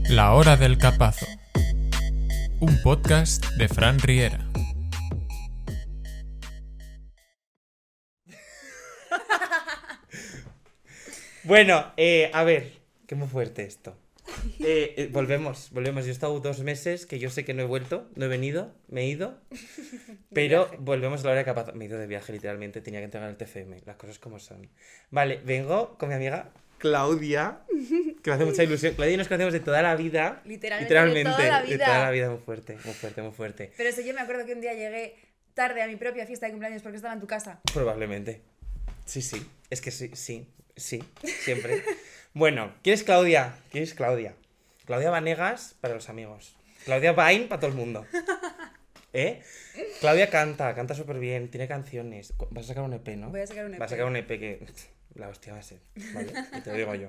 La Hora del Capazo, un podcast de Fran Riera. Bueno, a ver, qué muy fuerte esto. Volvemos. Yo he estado 2 meses que yo sé que no he vuelto, no he venido, me he ido, pero volvemos a la hora de Capazo. Me he ido de viaje, literalmente, tenía que entregar el TFM, las cosas como son. Vale, vengo con mi amiga Claudia, que me hace mucha ilusión. Claudia y nos conocemos de toda la vida. Literalmente de toda la vida. De toda la vida, muy fuerte. Pero eso yo me acuerdo que un día llegué tarde a mi propia fiesta de cumpleaños porque estaba en tu casa. Probablemente. Sí, es que sí, siempre. Bueno, ¿quién es Claudia? Claudia Vanegas para los amigos. Claudia Vain para todo el mundo. Claudia canta súper bien, tiene canciones. Vas a sacar un EP, ¿no? Voy a sacar un EP. Va a sacar un EP que la hostia va a ser, ¿vale? Y te lo digo yo.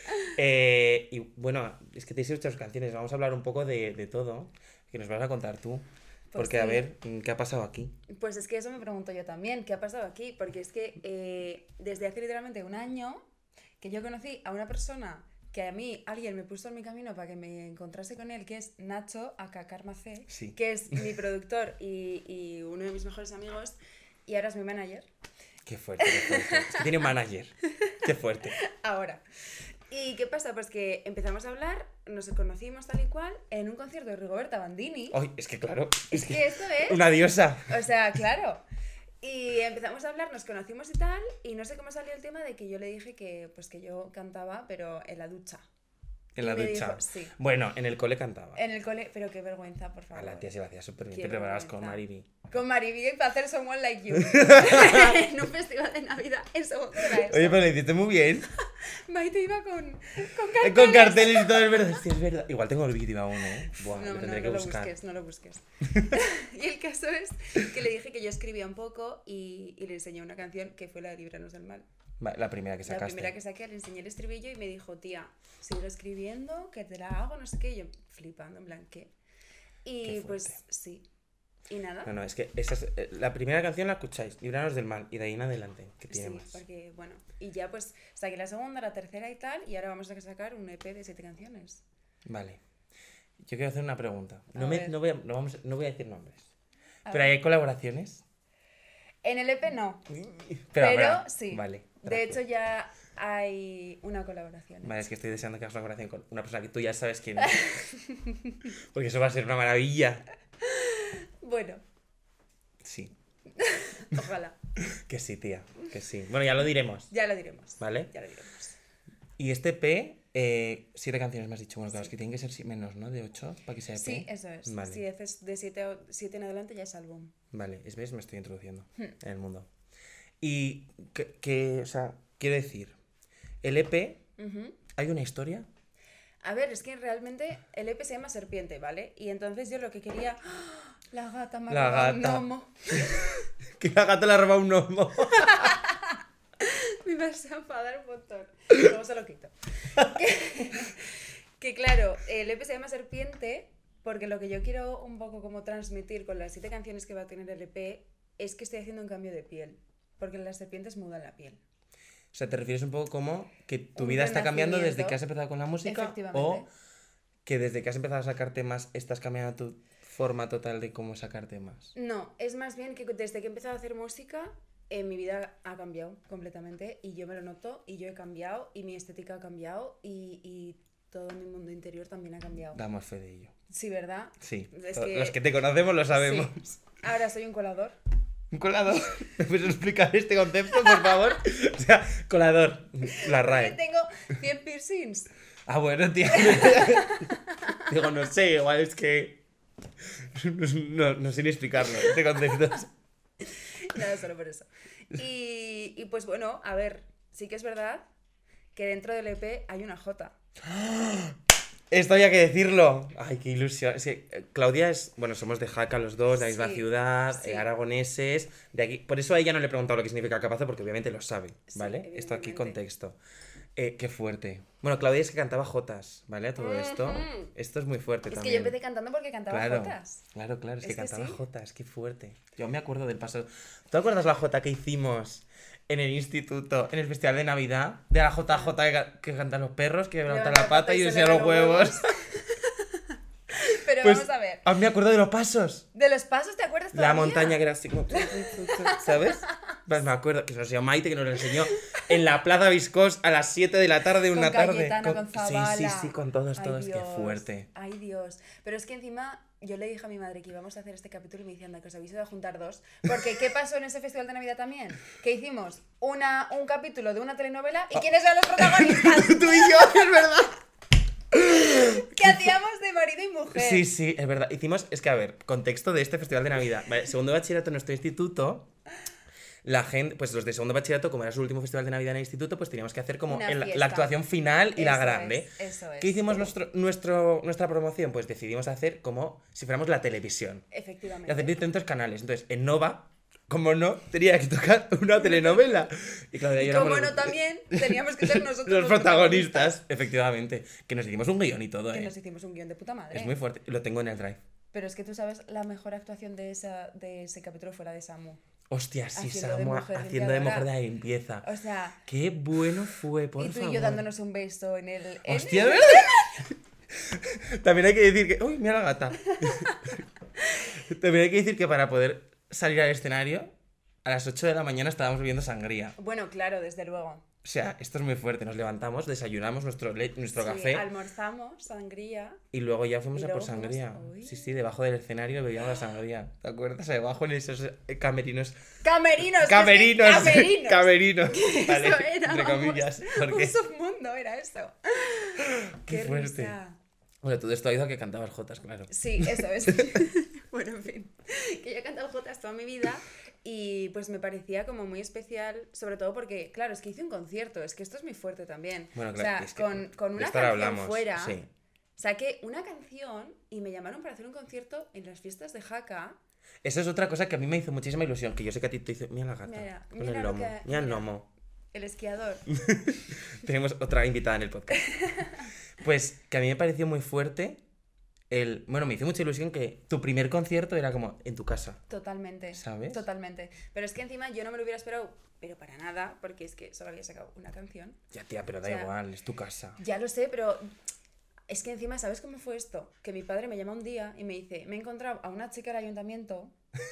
Y bueno, es que te hice muchas canciones. Vamos a hablar un poco de todo, que nos vas a contar tú. Pues Porque, sí. A ver, ¿qué ha pasado aquí? Pues es que eso me pregunto yo también, ¿qué ha pasado aquí? Porque es que desde hace literalmente un año que yo conocí a una persona que a mí alguien me puso en mi camino para que me encontrase con él, que es Nacho, aka Karma C, Sí. que es mi productor y uno de mis mejores amigos, y ahora es mi manager. Qué fuerte. Es que tiene manager. Qué fuerte. Ahora. ¿Y qué pasa? Pues que empezamos a hablar, nos conocimos tal y cual en un concierto de Rigoberta Bandini. Ay, es que claro. Es que esto es... Una diosa. O sea, claro. Y empezamos a hablar, nos conocimos y tal, y no sé cómo salió el tema de que yo le dije que, pues, que yo cantaba, pero en la ducha. En la Y me ducha. dijo, sí. Bueno, en el cole cantaba. En el cole, pero qué vergüenza, por A favor. la tía se lo hacía súper bien. Qué Te preparabas con vergüenza. Mariby. Con Mariby para hacer Someone Like You. En un festival de Navidad. Eso era eso. Oye, pero lo hiciste muy bien. Maite iba con carteles. Con carteles y todo, es verdad. Sí, es verdad. Igual tengo el vídeo aún, ¿eh? Buah, No, lo tendré no que lo buscar. busques, no lo busques. Y el caso es que le dije que yo escribía un poco y le enseñé una canción que fue la de Líbranos del Mal. Vale, la primera que sacaste. La primera que saqué, le enseñé el estribillo y me dijo, tía, sigo escribiendo, que te la hago, no sé qué. Y yo flipando, en plan, ¿qué? Y Qué pues fuerte. sí. Y nada. No, es que esa es, la primera canción la escucháis, Libranos del Mal, y de ahí en adelante, que tiene Sí, más. porque bueno, y ya pues saqué la segunda, la tercera y tal, y ahora vamos a sacar un EP de 7 canciones. Vale. Yo quiero hacer una pregunta. A No ver. voy a decir nombres. A Pero ver. hay colaboraciones. En el EP no, Pero pero sí. Vale. De gracias. hecho ya hay una colaboración. Vale, es que estoy deseando que hagas una colaboración con una persona que tú ya sabes quién es. Porque eso va a ser una maravilla. Bueno, Sí. ojalá. Que sí, tía. Que sí. Bueno, ya lo diremos. Ya lo diremos. ¿Vale? Ya lo diremos. Y este EP, 7 canciones me has dicho. Bueno, claro, es que tienen que ser menos, ¿no? De 8 para que sea EP. Sí, eso es. Vale. Si haces de 7 en adelante ya es álbum. Vale, ¿ves? Me estoy introduciendo en el mundo. Y o sea, quiero decir, el EP, Ujú. ¿hay una historia? A ver, es que realmente el EP se llama Serpiente, ¿vale? Y entonces yo lo que quería... ¡Ah! La gata me ha La robado un gata. gnomo. Que la gata le ha robado un gnomo. Me vas a enfadar un montón. Luego se lo quito. que claro, el EP se llama Serpiente porque lo que yo quiero un poco como transmitir con las 7 canciones que va a tener el EP es que estoy haciendo un cambio de piel. Porque las serpientes mudan la piel. O sea, ¿te refieres un poco como que tu Un vida está cambiando desde renacimiento. que has empezado con la música? Efectivamente. ¿O que desde que has empezado a sacar temas estás cambiando tu forma total de cómo sacar temas? No, es más bien que desde que he empezado a hacer música, mi vida ha cambiado completamente y yo me lo noto y yo he cambiado y mi estética ha cambiado y todo mi mundo interior también ha cambiado. Damos fe de ello. Sí, ¿verdad? Sí, Es los que te conocemos lo sabemos. Sí. Ahora soy un colador. Un colador. ¿Me puedes explicar este concepto, por favor? O sea, colador, la Porque RAE. tengo 100 piercings. Ah, bueno, tía. Digo, no sé, igual es que... No sé ni explicarlo, este concepto. Nada, solo por eso. Y pues bueno, a ver, sí que es verdad que dentro del EP hay una J. Esto había que decirlo. Ay, qué ilusión. Es que Claudia es... Bueno, somos de Jaca los dos, de la misma Sí, ciudad, sí. Aragoneses, de aquí. Por eso a ella no le he preguntado lo que significa Capazo, porque obviamente lo sabe, Sí, ¿vale? Esto aquí evidentemente. contexto. Qué fuerte. Bueno, Claudia es que cantaba jotas, ¿vale? A todo esto. Ujú. Esto es muy fuerte Es que también. yo empecé cantando porque cantaba Claro, jotas. claro, es que Es que cantaba sí. jotas, qué fuerte. Yo me acuerdo del paso. ¿Tú te acuerdas la jota que hicimos en el instituto, en el festival de Navidad? De la JJ que cantan los perros, que levantan la pata y se enseñan le los ven huevos. Pues, vamos a ver. me acuerdo de los pasos. ¿De los pasos te acuerdas todavía? La montaña que era así como... ¿Sabes? Pues me acuerdo que se nos enseñó Maite, que nos lo enseñó en la Plaza Viscós a las 7 de la tarde, una tarde. Cayetano, con Zabala. Sí, con todos, Ay, qué Dios. fuerte. Ay, Dios. Pero es que encima yo le dije a mi madre que íbamos a hacer este capítulo y me decían que os habéis ido a juntar dos. Porque ¿qué pasó en ese festival de Navidad también? Que hicimos un capítulo de una telenovela y ¿quiénes eran los protagonistas? Tú y yo, es verdad. Que hacíamos de marido y mujer. Sí, es verdad. Es que a ver, contexto de este festival de Navidad. Vale, segundo de bachillerato en nuestro instituto, la gente, pues los de segundo de bachillerato, como era su último festival de Navidad en el instituto, pues teníamos que hacer como Una la fiesta. actuación final y la Eso grande. eso es. ¿Qué hicimos nuestra promoción? Pues decidimos hacer como si fuéramos la televisión. Y Efectivamente. hacer distintos canales. Entonces, en Nova, como no, tenía que tocar una telenovela. Y claro, Y yo como no, también teníamos que ser nosotros los protagonistas, efectivamente. Que nos hicimos un guión y todo, Que nos hicimos un guión de puta madre. Es muy fuerte. Lo tengo en el drive. Pero es que tú sabes, la mejor actuación de ese capítulo fue la de Samu. Hostia, sí, Haciendo de Samu mujer haciendo de mujer de limpiadora. la limpieza. O sea, Qué bueno fue, por y tú favor. y yo dándonos un beso en el... Hostia, ¿de verdad? También hay que decir que... ¡Uy, mira la gata! También hay que decir que para poder salir al escenario, a las 8 de la mañana estábamos bebiendo sangría. Bueno, claro, desde luego. O sea, esto es muy fuerte. Nos levantamos, desayunamos nuestro Sí, café almorzamos, sangría. y luego ya fuimos Y a por luego fuimos- sangría. Uy. Sí, debajo del escenario bebíamos la sangría. ¿Te acuerdas? Debajo en esos camerinos. ¡Camerinos! ¡Camerinos! ¡Camerinos! ¡Camerinos! Vale, Eso era, entre vamos, comillas. Porque... Un submundo era eso. Qué fuerte. Risa. Bueno, todo esto ha ido a que cantabas jotas, claro. Sí, eso es. Bueno, en fin. Que yo he cantado jotas toda mi vida y pues me parecía como muy especial, sobre todo porque, claro, es que hice un concierto, es que esto es muy fuerte también. Bueno, o claro, sea, es que con de una esto ahora canción hablamos, fuera, sí. saqué una canción y me llamaron para hacer un concierto en las fiestas de Jaca. Esa es otra cosa que a mí me hizo muchísima ilusión, que yo sé que a ti te dice, mira la gata, Mira, con mira el lo lomo, que- mira el mira. lomo. El esquiador. Tenemos otra invitada en el podcast. Pues que a mí me pareció muy fuerte bueno, me hizo mucha ilusión que tu primer concierto era como en tu casa. Totalmente. ¿Sabes? Totalmente. Pero es que encima yo no me lo hubiera esperado, pero para nada, porque es que solo había sacado una canción. Ya, tía, pero da O sea, igual, es tu casa. Ya lo sé, pero es que encima, ¿sabes cómo fue esto? Que mi padre me llama un día y me dice, me he encontrado a una chica del ayuntamiento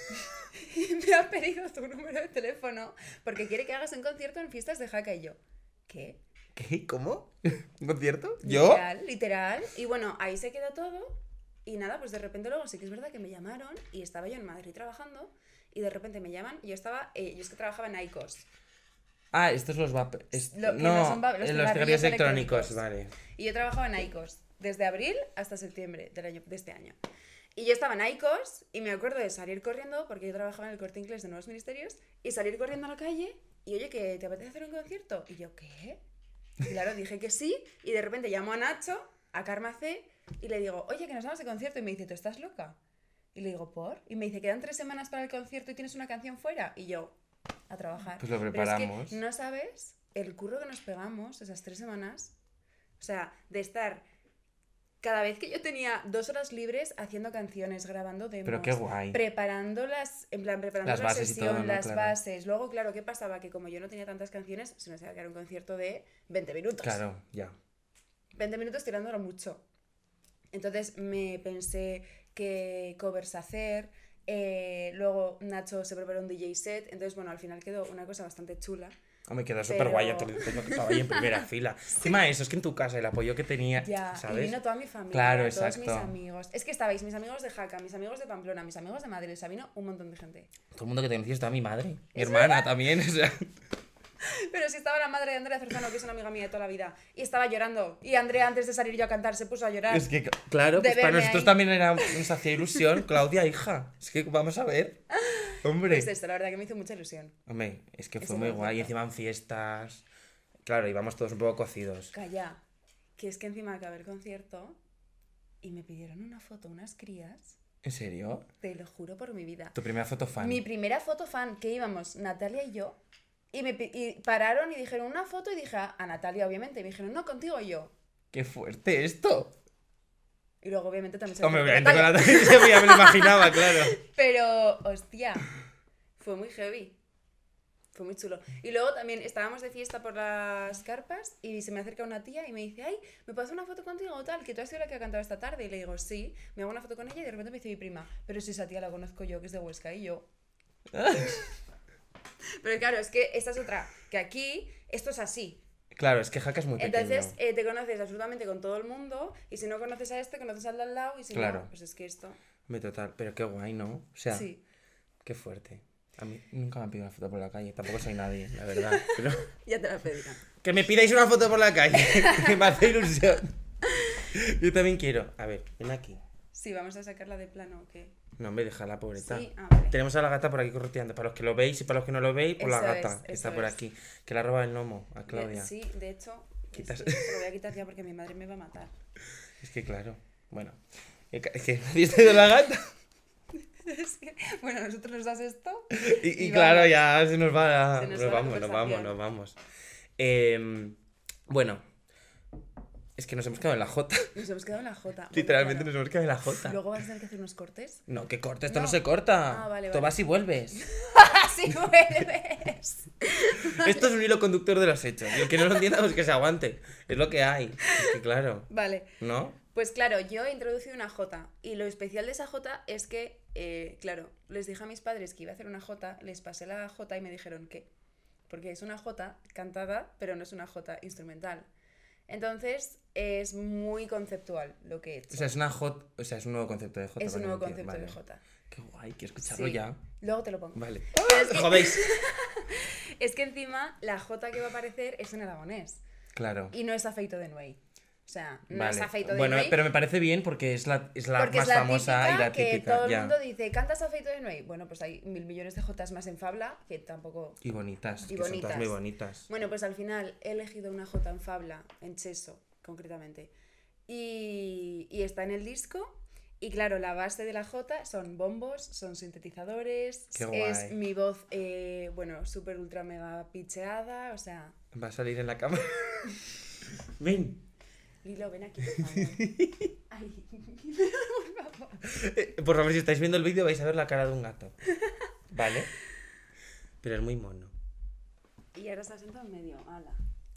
y me ha pedido tu número de teléfono porque quiere que hagas un concierto en fiestas de Jaca y yo. ¿Qué? ¿Qué? ¿Cómo? ¿Un concierto? ¿Yo? Literal. Y bueno, ahí se queda todo. Y nada, pues de repente luego sí que es verdad que me llamaron y estaba yo en Madrid trabajando y de repente me llaman y yo estaba, yo es que trabajaba en Icos. Ah, estos los va... Que no son los los cigarrillos cigarrillos electrónicos, electrónicos. vale. Y yo trabajaba en Icos desde abril hasta septiembre de este año. Y yo estaba en Icos y me acuerdo de salir corriendo, porque yo trabajaba en el Corte Inglés de Nuevos Ministerios, y salir corriendo a la calle y oye, ¿que te apetece hacer un concierto? Y yo, ¿qué? Y claro, dije que sí, y de repente llamo a Nacho, a Karma C, y le digo, oye, que nos vamos de concierto, y me dice, ¿tú estás loca? Y le digo, ¿por? Y me dice, quedan 3 semanas para el concierto y tienes una canción fuera. Y yo, a trabajar. Pues lo Pero es preparamos. que no sabes el curro que nos pegamos esas 3 semanas. O sea, de estar cada vez que yo tenía 2 horas libres haciendo canciones, grabando demos, Pero qué guay. preparándolas, en plan, preparando Las la bases y sesión, todo, ¿no? las Claro. bases. Luego, claro, ¿qué pasaba? Que como yo no tenía tantas canciones, se nos iba a quedar un concierto de 20 minutos. Claro, ya. 20 minutos tirándolo mucho. Entonces me pensé qué covers hacer. Luego Nacho se preparó un DJ set. Entonces, bueno, al final quedó una cosa bastante chula. Me quedó súper Pero- guay, ya te lo digo, que estaba ahí en primera fila. Encima eso, es que en tu casa el apoyo que tenía, Ya, ¿sabes? y vino toda mi familia, Claro, todos mis exacto. amigos. Es que estabais mis amigos de Jaca, mis amigos de Pamplona, mis amigos de Madrid. O sea, vino un montón de gente. Todo el mundo que te conocía estaba mi madre, mi hermana también, o sea... Pero si estaba la madre de Andrea Cerzano, que es una amiga mía de toda la vida, y estaba llorando. Y Andrea, antes de salir yo a cantar, se puso a llorar. Es que, claro, De pues para verme nosotros ahí. también nos hacía ilusión, Claudia, hija. Es que vamos a ver. Hombre. Pues esto, la verdad que me hizo mucha ilusión. Hombre, es que fue Ese muy concierto. guay. Y encima en fiestas. Claro, íbamos todos un poco cocidos. Calla, que es que encima acabé el concierto y me pidieron una foto, unas crías. ¿En serio? Te lo juro por mi vida. Tu primera foto fan. Mi primera foto fan, que íbamos Natalia y yo, y pararon y dijeron una foto y dije a Natalia, obviamente, y me dijeron, no, contigo y yo. ¡Qué fuerte esto! Y luego, obviamente, también se Hombre, lo dije obviamente a con Natalia. la ya me lo imaginaba, claro. Pero, hostia, fue muy heavy. Fue muy chulo. Y luego también estábamos de fiesta por las carpas y se me acerca una tía y me dice, ay, ¿me puedo hacer una foto contigo o tal? Que tú has sido la que ha cantado esta tarde. Y le digo, sí, me hago una foto con ella y de repente me dice mi prima, pero si esa tía la conozco yo, que es de Huesca. Y yo... Pero claro, es que esta es otra, que aquí esto es así. Claro, es que Jaca es muy pequeño. Entonces te conoces absolutamente con todo el mundo y si no conoces a este, conoces al de al lado y si Claro. no, pues es que esto... Total, pero qué guay, ¿no? O sea, Sí. qué fuerte. A mí nunca me han pedido una foto por la calle, tampoco soy nadie, la verdad. Pero... Ya te la pedirán. Que me pidáis una foto por la calle, que me hace ilusión. Yo también quiero. A ver, ven aquí. Sí, vamos a sacarla de plano, ¿o qué? No, hombre, déjala, pobreta. Sí, vale. Tenemos a la gata por aquí correteando. Para los que lo veis y para los que no lo veis, pues la Eso gata, es, que eso está por es. aquí. Que le ha robado el gnomo a Claudia. Sí, de hecho, Quitas- es que se lo voy a quitar ya porque mi madre me va a matar. Es que claro, bueno. Es que nadie está de la gata. Es que, bueno, nosotros nos das esto Y y claro, vamos. ya se nos va la... Se nos Nos va la vamos, conversación. Bueno, es que nos hemos quedado en la J. Nos hemos quedado en la J. Literalmente Bueno, nos hemos quedado en la J. Luego vas a tener que hacer unos cortes. No, que corte, esto no, No. se corta. Ah, vale, Tú vale. vas y vuelves. ¡Así vuelves! Esto es un hilo conductor de los hechos. Y el que no lo entienda, pues que se aguante. Es lo que hay. Es que claro, Vale. ¿no? Pues claro, yo he introducido una J y lo especial de esa J es que, claro, les dije a mis padres que iba a hacer una J, les pasé la J y me dijeron que, porque es una J cantada, pero no es una J instrumental. Entonces es muy conceptual lo que he hecho. O sea, es una J, o sea, es un nuevo concepto de J. Es un vale, nuevo entiendo, concepto vale. de J. Qué guay, quiero escucharlo Sí. ya. Luego te lo pongo. Vale. Pero es que- Jodéis. Es que encima la J que va a aparecer es en aragonés Claro. y no es afeito de Nuey. O sea, no Vale. es afeito de Bueno, Nuey. pero me parece bien porque es la Porque más es la famosa típica y la que típica. todo el Ya. mundo dice, ¿cantas afeito de Nuey? Bueno, pues hay 1000 millones de Jotas más en Fabla que tampoco... Y bonitas, Y que son todas bonitas. muy bonitas. Bueno, pues al final he elegido una J en Fabla, en Cheso, concretamente. Y está en el disco. Y claro, la base de la J son bombos, son sintetizadores. Qué Es guay. mi voz, bueno, súper ultra mega pitcheada, o sea... Va a salir en la cámara. Ven. Lilo, ven aquí, por favor. Ay, por favor. Por favor, si estáis viendo el vídeo vais a ver la cara de un gato. ¿Vale? Pero es muy mono. Y ahora está sentado en medio, ala.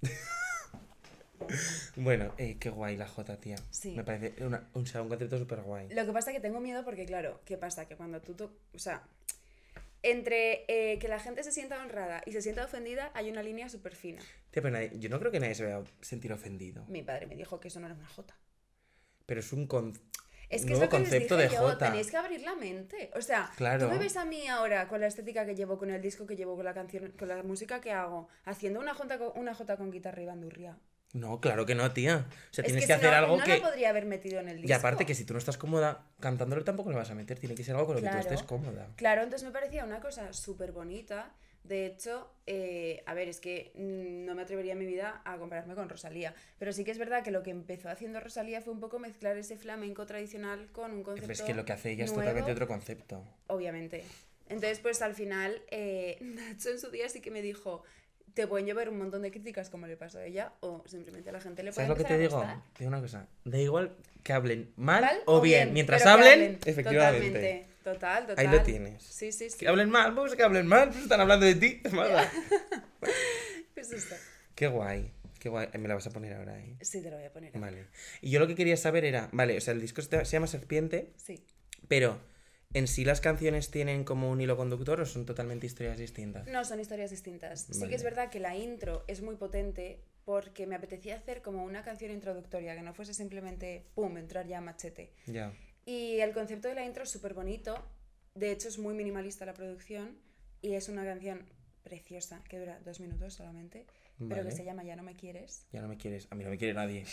Bueno, qué guay la J, tía. Sí. Me parece un concepto súper guay. Lo que pasa es que tengo miedo porque, claro, ¿qué pasa? Que cuando tú... O sea, entre que la gente se sienta honrada y se sienta ofendida hay una línea súper fina. Tía, pero yo no creo que nadie se vaya a sentir ofendido. Mi padre me dijo que eso no era una J. Pero es un Es que nuevo es lo que concepto les de dije yo, J. tenéis que abrir la mente. O sea, Claro. tú me ves a mí ahora con la estética que llevo, con el disco que llevo, con la canción, con la música que hago, haciendo una J con guitarra y bandurria. No, claro que no, tía. O sea, Es tienes que que si hacer no, algo no que... la podría haber metido en el disco. Y aparte que si tú no estás cómoda cantándolo tampoco lo vas a meter. Tiene que ser algo con lo que Claro. tú estés cómoda. Claro, entonces me parecía una cosa súper bonita. De hecho, a ver, es que no me atrevería en mi vida a compararme con Rosalía. Pero sí que es verdad que lo que empezó haciendo Rosalía fue un poco mezclar ese flamenco tradicional con un concepto Pero es que lo que hace ella es nuevo, totalmente otro concepto. obviamente. Entonces, pues al final, Nacho en su día sí que me dijo, te pueden llevar un montón de críticas como le pasó a ella, o simplemente a la gente le puede ¿Sabes lo que te empezar a digo? gustar. Te digo una cosa. Da igual que hablen mal, ¿Mal o bien. Mientras pero que hablen, efectivamente. Totalmente. Total. Ahí lo tienes. Sí, sí, sí. Que hablen mal, pues que hablen mal, pues están hablando de ti. Nada. Pues esto. Qué guay, qué guay. Me la vas a poner ahora, ¿eh? Sí, te lo voy a poner. Vale. Y yo lo que quería saber era, vale, o sea, el disco se llama Serpiente, Sí. pero ¿en sí las canciones tienen como un hilo conductor o son totalmente historias distintas? No, son historias distintas. Sí Vale. que es verdad que la intro es muy potente porque me apetecía hacer como una canción introductoria, que no fuese simplemente, pum, entrar ya a machete. Ya. Y el concepto de la intro es súper bonito. De hecho, es muy minimalista la producción y es una canción preciosa que dura 2 minutos solamente, pero Vale. que se llama Ya no me quieres. Ya no me quieres. A mí no me quiere nadie.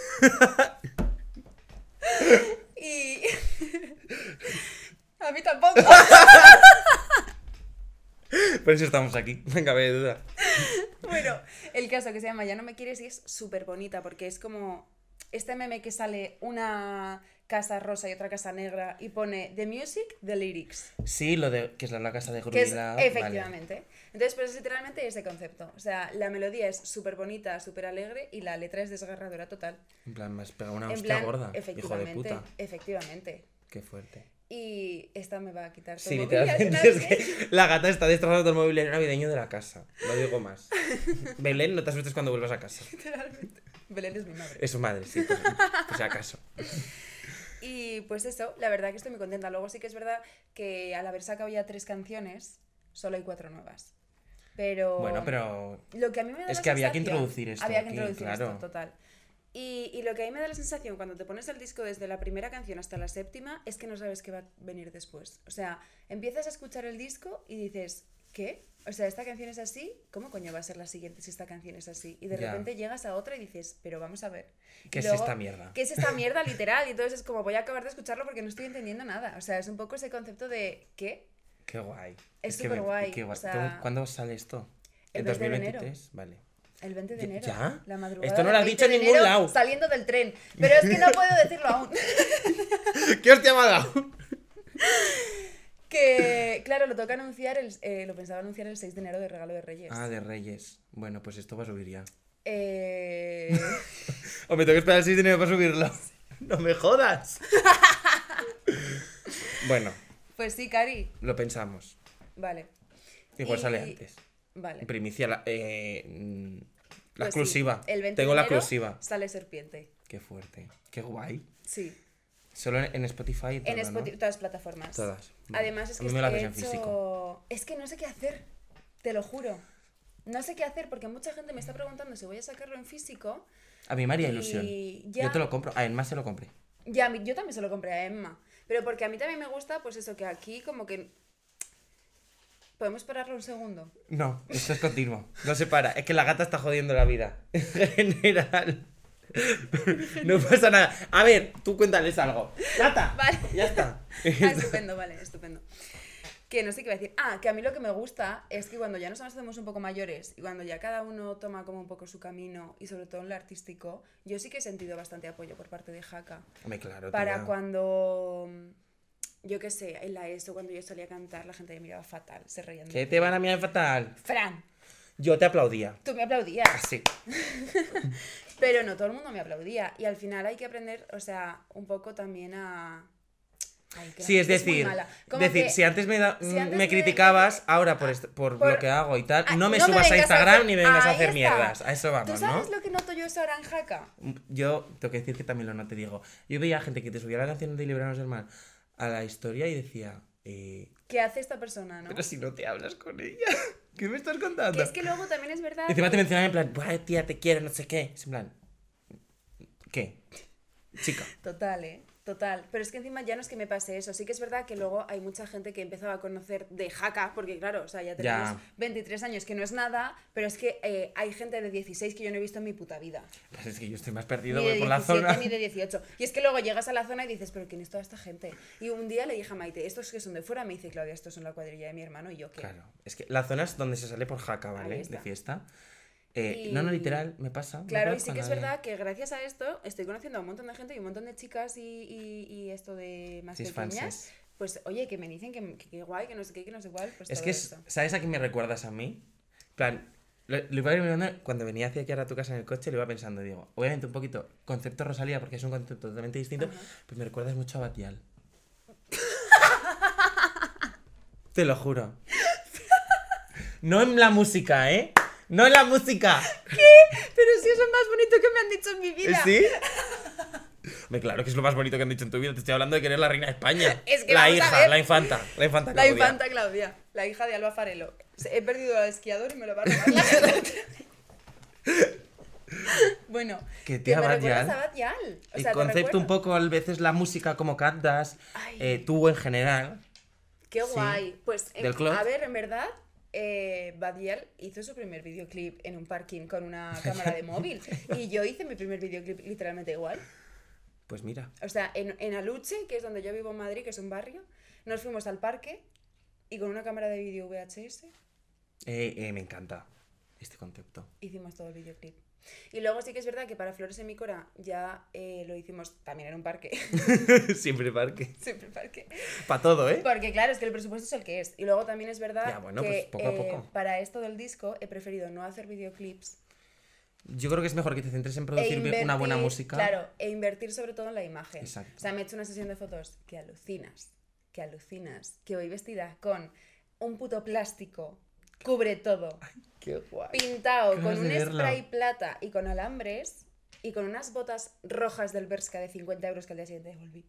Y... a mí tampoco. Por eso estamos aquí. No cabe duda. Bueno, el caso que se llama Ya no me quieres y es súper bonita porque es como este meme que sale una casa rosa y otra casa negra y pone The Music, The Lyrics. Sí, lo de que es la casa de Que es, Grubila. efectivamente. Entonces, pues es literalmente ese concepto. O sea, la melodía es súper bonita, súper alegre y la letra es desgarradora total. En plan, me has pegado una En hostia plan, gorda. Hijo de efectivamente, puta. efectivamente. Qué fuerte. Y esta me va a quitar todo Sí, el mobiliario, literalmente ¿no? es que la gata está destrozando todo el mobiliario navideño de la casa. No digo más. Belén, no te asustes cuando vuelvas a casa. Literalmente. Belén es mi madre. Es su madre, sí, por si acaso. Y pues eso, la verdad que estoy muy contenta. Luego sí que es verdad que al haber sacado ya 3 canciones, solo hay 4 nuevas. Pero... Bueno, pero Lo que a mí me da es la que había que sensación- introducir esto Había que aquí, introducir claro. esto, total. Y lo que a mí me da la sensación cuando te pones el disco desde la primera canción hasta la séptima es que no sabes qué va a venir después. O sea, empiezas a escuchar el disco y dices, ¿qué? O sea, esta canción es así, ¿cómo coño va a ser la siguiente si esta canción es así? Y de Ya. repente llegas a otra y dices, pero vamos a ver. ¿Qué Y es luego, esta mierda? ¿Qué es esta mierda literal? Y entonces es como, voy a acabar de escucharlo porque no estoy entendiendo nada. O sea, es un poco ese concepto de, ¿qué? Qué guay. Es que superguay, qué guay. o sea, ¿Cuándo sale esto? el ¿En 20 de 2023? Vale. El 20 de enero. ¿Ya? La madrugada Esto no lo del has dicho 20 en de ningún enero, lado. Saliendo del tren. Pero es que no puedo decirlo aún. ¿Qué hostia me ha dado? Que, claro, lo toca anunciar, lo pensaba anunciar el 6 de enero de regalo de Reyes. Ah, de Reyes. Bueno, pues esto va a subir ya. Eh, O me tengo que esperar el 6 de enero para subirlo. No me jodas. Bueno, pues sí, Cari. lo pensamos. Vale. Igual Y- sale antes. Vale. Primicia, la Pues sí, exclusiva. el 20 Tengo de la enero exclusiva. Sale Serpiente. Qué fuerte. Qué guay. Sí. Solo en Spotify y todo, En Spotify, ¿no? todas las plataformas. Todas. Además es A que mí me la he ves en hecho... físico. Es que no sé qué hacer. Te lo juro. No sé qué hacer porque mucha gente me está preguntando si voy a sacarlo en físico. A mí me haría Y ilusión. ya- Yo te lo compro. A Emma se lo compré. Ya, yo también se lo compré a Emma. Pero porque a mí también me gusta, pues eso, que aquí como que... ¿Podemos pararlo un segundo? No, esto es continuo. No se para. Es que la gata está jodiendo la vida. En general. No pasa nada. A ver, tú cuéntales algo. ¡Gata! Vale. Ya está. Ah, estupendo, vale, estupendo. Que no sé qué iba a decir. Ah, que a mí lo que me gusta es que cuando ya nos hacemos un poco mayores y cuando ya cada uno toma como un poco su camino y sobre todo en lo artístico, yo sí que he sentido bastante apoyo por parte de Jaca. Hombre, claro, Para tía. cuando, yo qué sé, en la ESO, cuando yo salía a cantar, la gente me miraba fatal, se reían de ¿Qué mí. te van a mirar fatal? Fran, Yo te aplaudía. tú me aplaudías. Así. Pero no todo el mundo me aplaudía. Y al final hay que aprender, o sea, un poco también a... Ay, que la Sí, es gente muy decir, mala. Como que- si antes me antes me me- criticabas, ahora por por- lo que hago y tal, Ah, no me no me subas a vengas a Instagram hacer- ni me vengas a Ahí hacer está. mierdas. A eso ¿Tú vamos, sabes ¿no? lo que noto yo eso ahora en Jaca? Yo tengo que decir que también lo noté, digo. Yo veía gente que te subía la canción de Librarnos del Mal a la historia y decía, ¿Qué hace esta persona, no? pero si no te hablas con ella, ¿qué me estás contando? Que es que luego también es verdad... Y encima te que- mencionan en plan, "Buah, tía, te quiero, no sé qué". Es en plan, ¿qué? Chica. Total, total. Pero es que encima ya no es que me pase eso. Sí que es verdad que luego hay mucha gente que empezaba a conocer de Jaca, porque claro, o sea, ya tenemos Ya. 23 años, que no es nada, pero es que hay gente de 16 que yo no he visto en mi puta vida. Pues es que yo estoy más perdido Ni de voy por la 17 zona. ni de 18. Y es que luego llegas a la zona y dices, pero ¿quién es toda esta gente? Y un día le dije a Maite, ¿estos que son de fuera? Me dice, Claudia, estos son la cuadrilla de mi hermano. Y yo, ¿qué? Claro, es que la zona es donde se sale por Jaca, Ahí ¿vale? está. De fiesta. Y- No, literal, me pasa. no Claro, y conozco sí a que es nadie. verdad que gracias a esto estoy conociendo a un montón de gente y un montón de chicas y esto de más Cis pequeñas. fanses. Pues oye, que me dicen que guay, que no sé qué, que no sé cuál. Pues Es todo que, eso. ¿sabes a quién me recuerdas a mí? En plan, lo iba a ir mirando cuando venía hacia aquí a tu casa en el coche, lo iba pensando, digo, obviamente un poquito concepto Rosalía, porque es un concepto totalmente distinto, Ajá. pues me recuerdas mucho a Batial. Te lo juro. No en la música, ¿eh? No en la música. Pero sí es lo más bonito que me han dicho en mi vida. ¿Sí? Hombre, claro que es lo más bonito que han dicho en tu vida. Te estoy hablando de que eres la reina de España. Es que la vamos a hija, ver. la infanta. La infanta La Claudia. infanta Claudia, la hija de Alba Farelo. He perdido al esquiador y me lo va a robar la gente. Bueno, Que que tía me Badial. recuerdas a Badial. O El sea, te concepto un recuerdo. poco, a veces la música como cantas, Ay. tú en general. Qué Sí. guay. Pues, Del club. a ver, en verdad, Badial hizo su primer videoclip en un parking con una cámara de móvil. Y yo hice mi primer videoclip literalmente igual. Pues mira, O sea, en Aluche, que es donde yo vivo en Madrid, que es un barrio, nos fuimos al parque y con una cámara de vídeo VHS me encanta este concepto. hicimos todo el videoclip. Y luego sí que es verdad que para Flores en mi Cora ya lo hicimos también en un parque. Siempre parque. Siempre parque. Para todo, ¿eh? Porque claro, es que el presupuesto es el que es. Y luego también es verdad Ya, bueno, que pues poco a poco. para esto del disco he preferido no hacer videoclips Yo creo que es mejor que te centres en e producir invertir, una buena música. Claro, e invertir sobre todo en la imagen. Exacto. O sea, me he hecho una sesión de fotos que alucinas. que alucinas, que voy vestida con un puto plástico, cubre todo, Qué guay. pintado Qué con ganas un de verlo. spray plata y con alambres y con unas botas rojas del Bershka de 50 euros que al día siguiente devolví.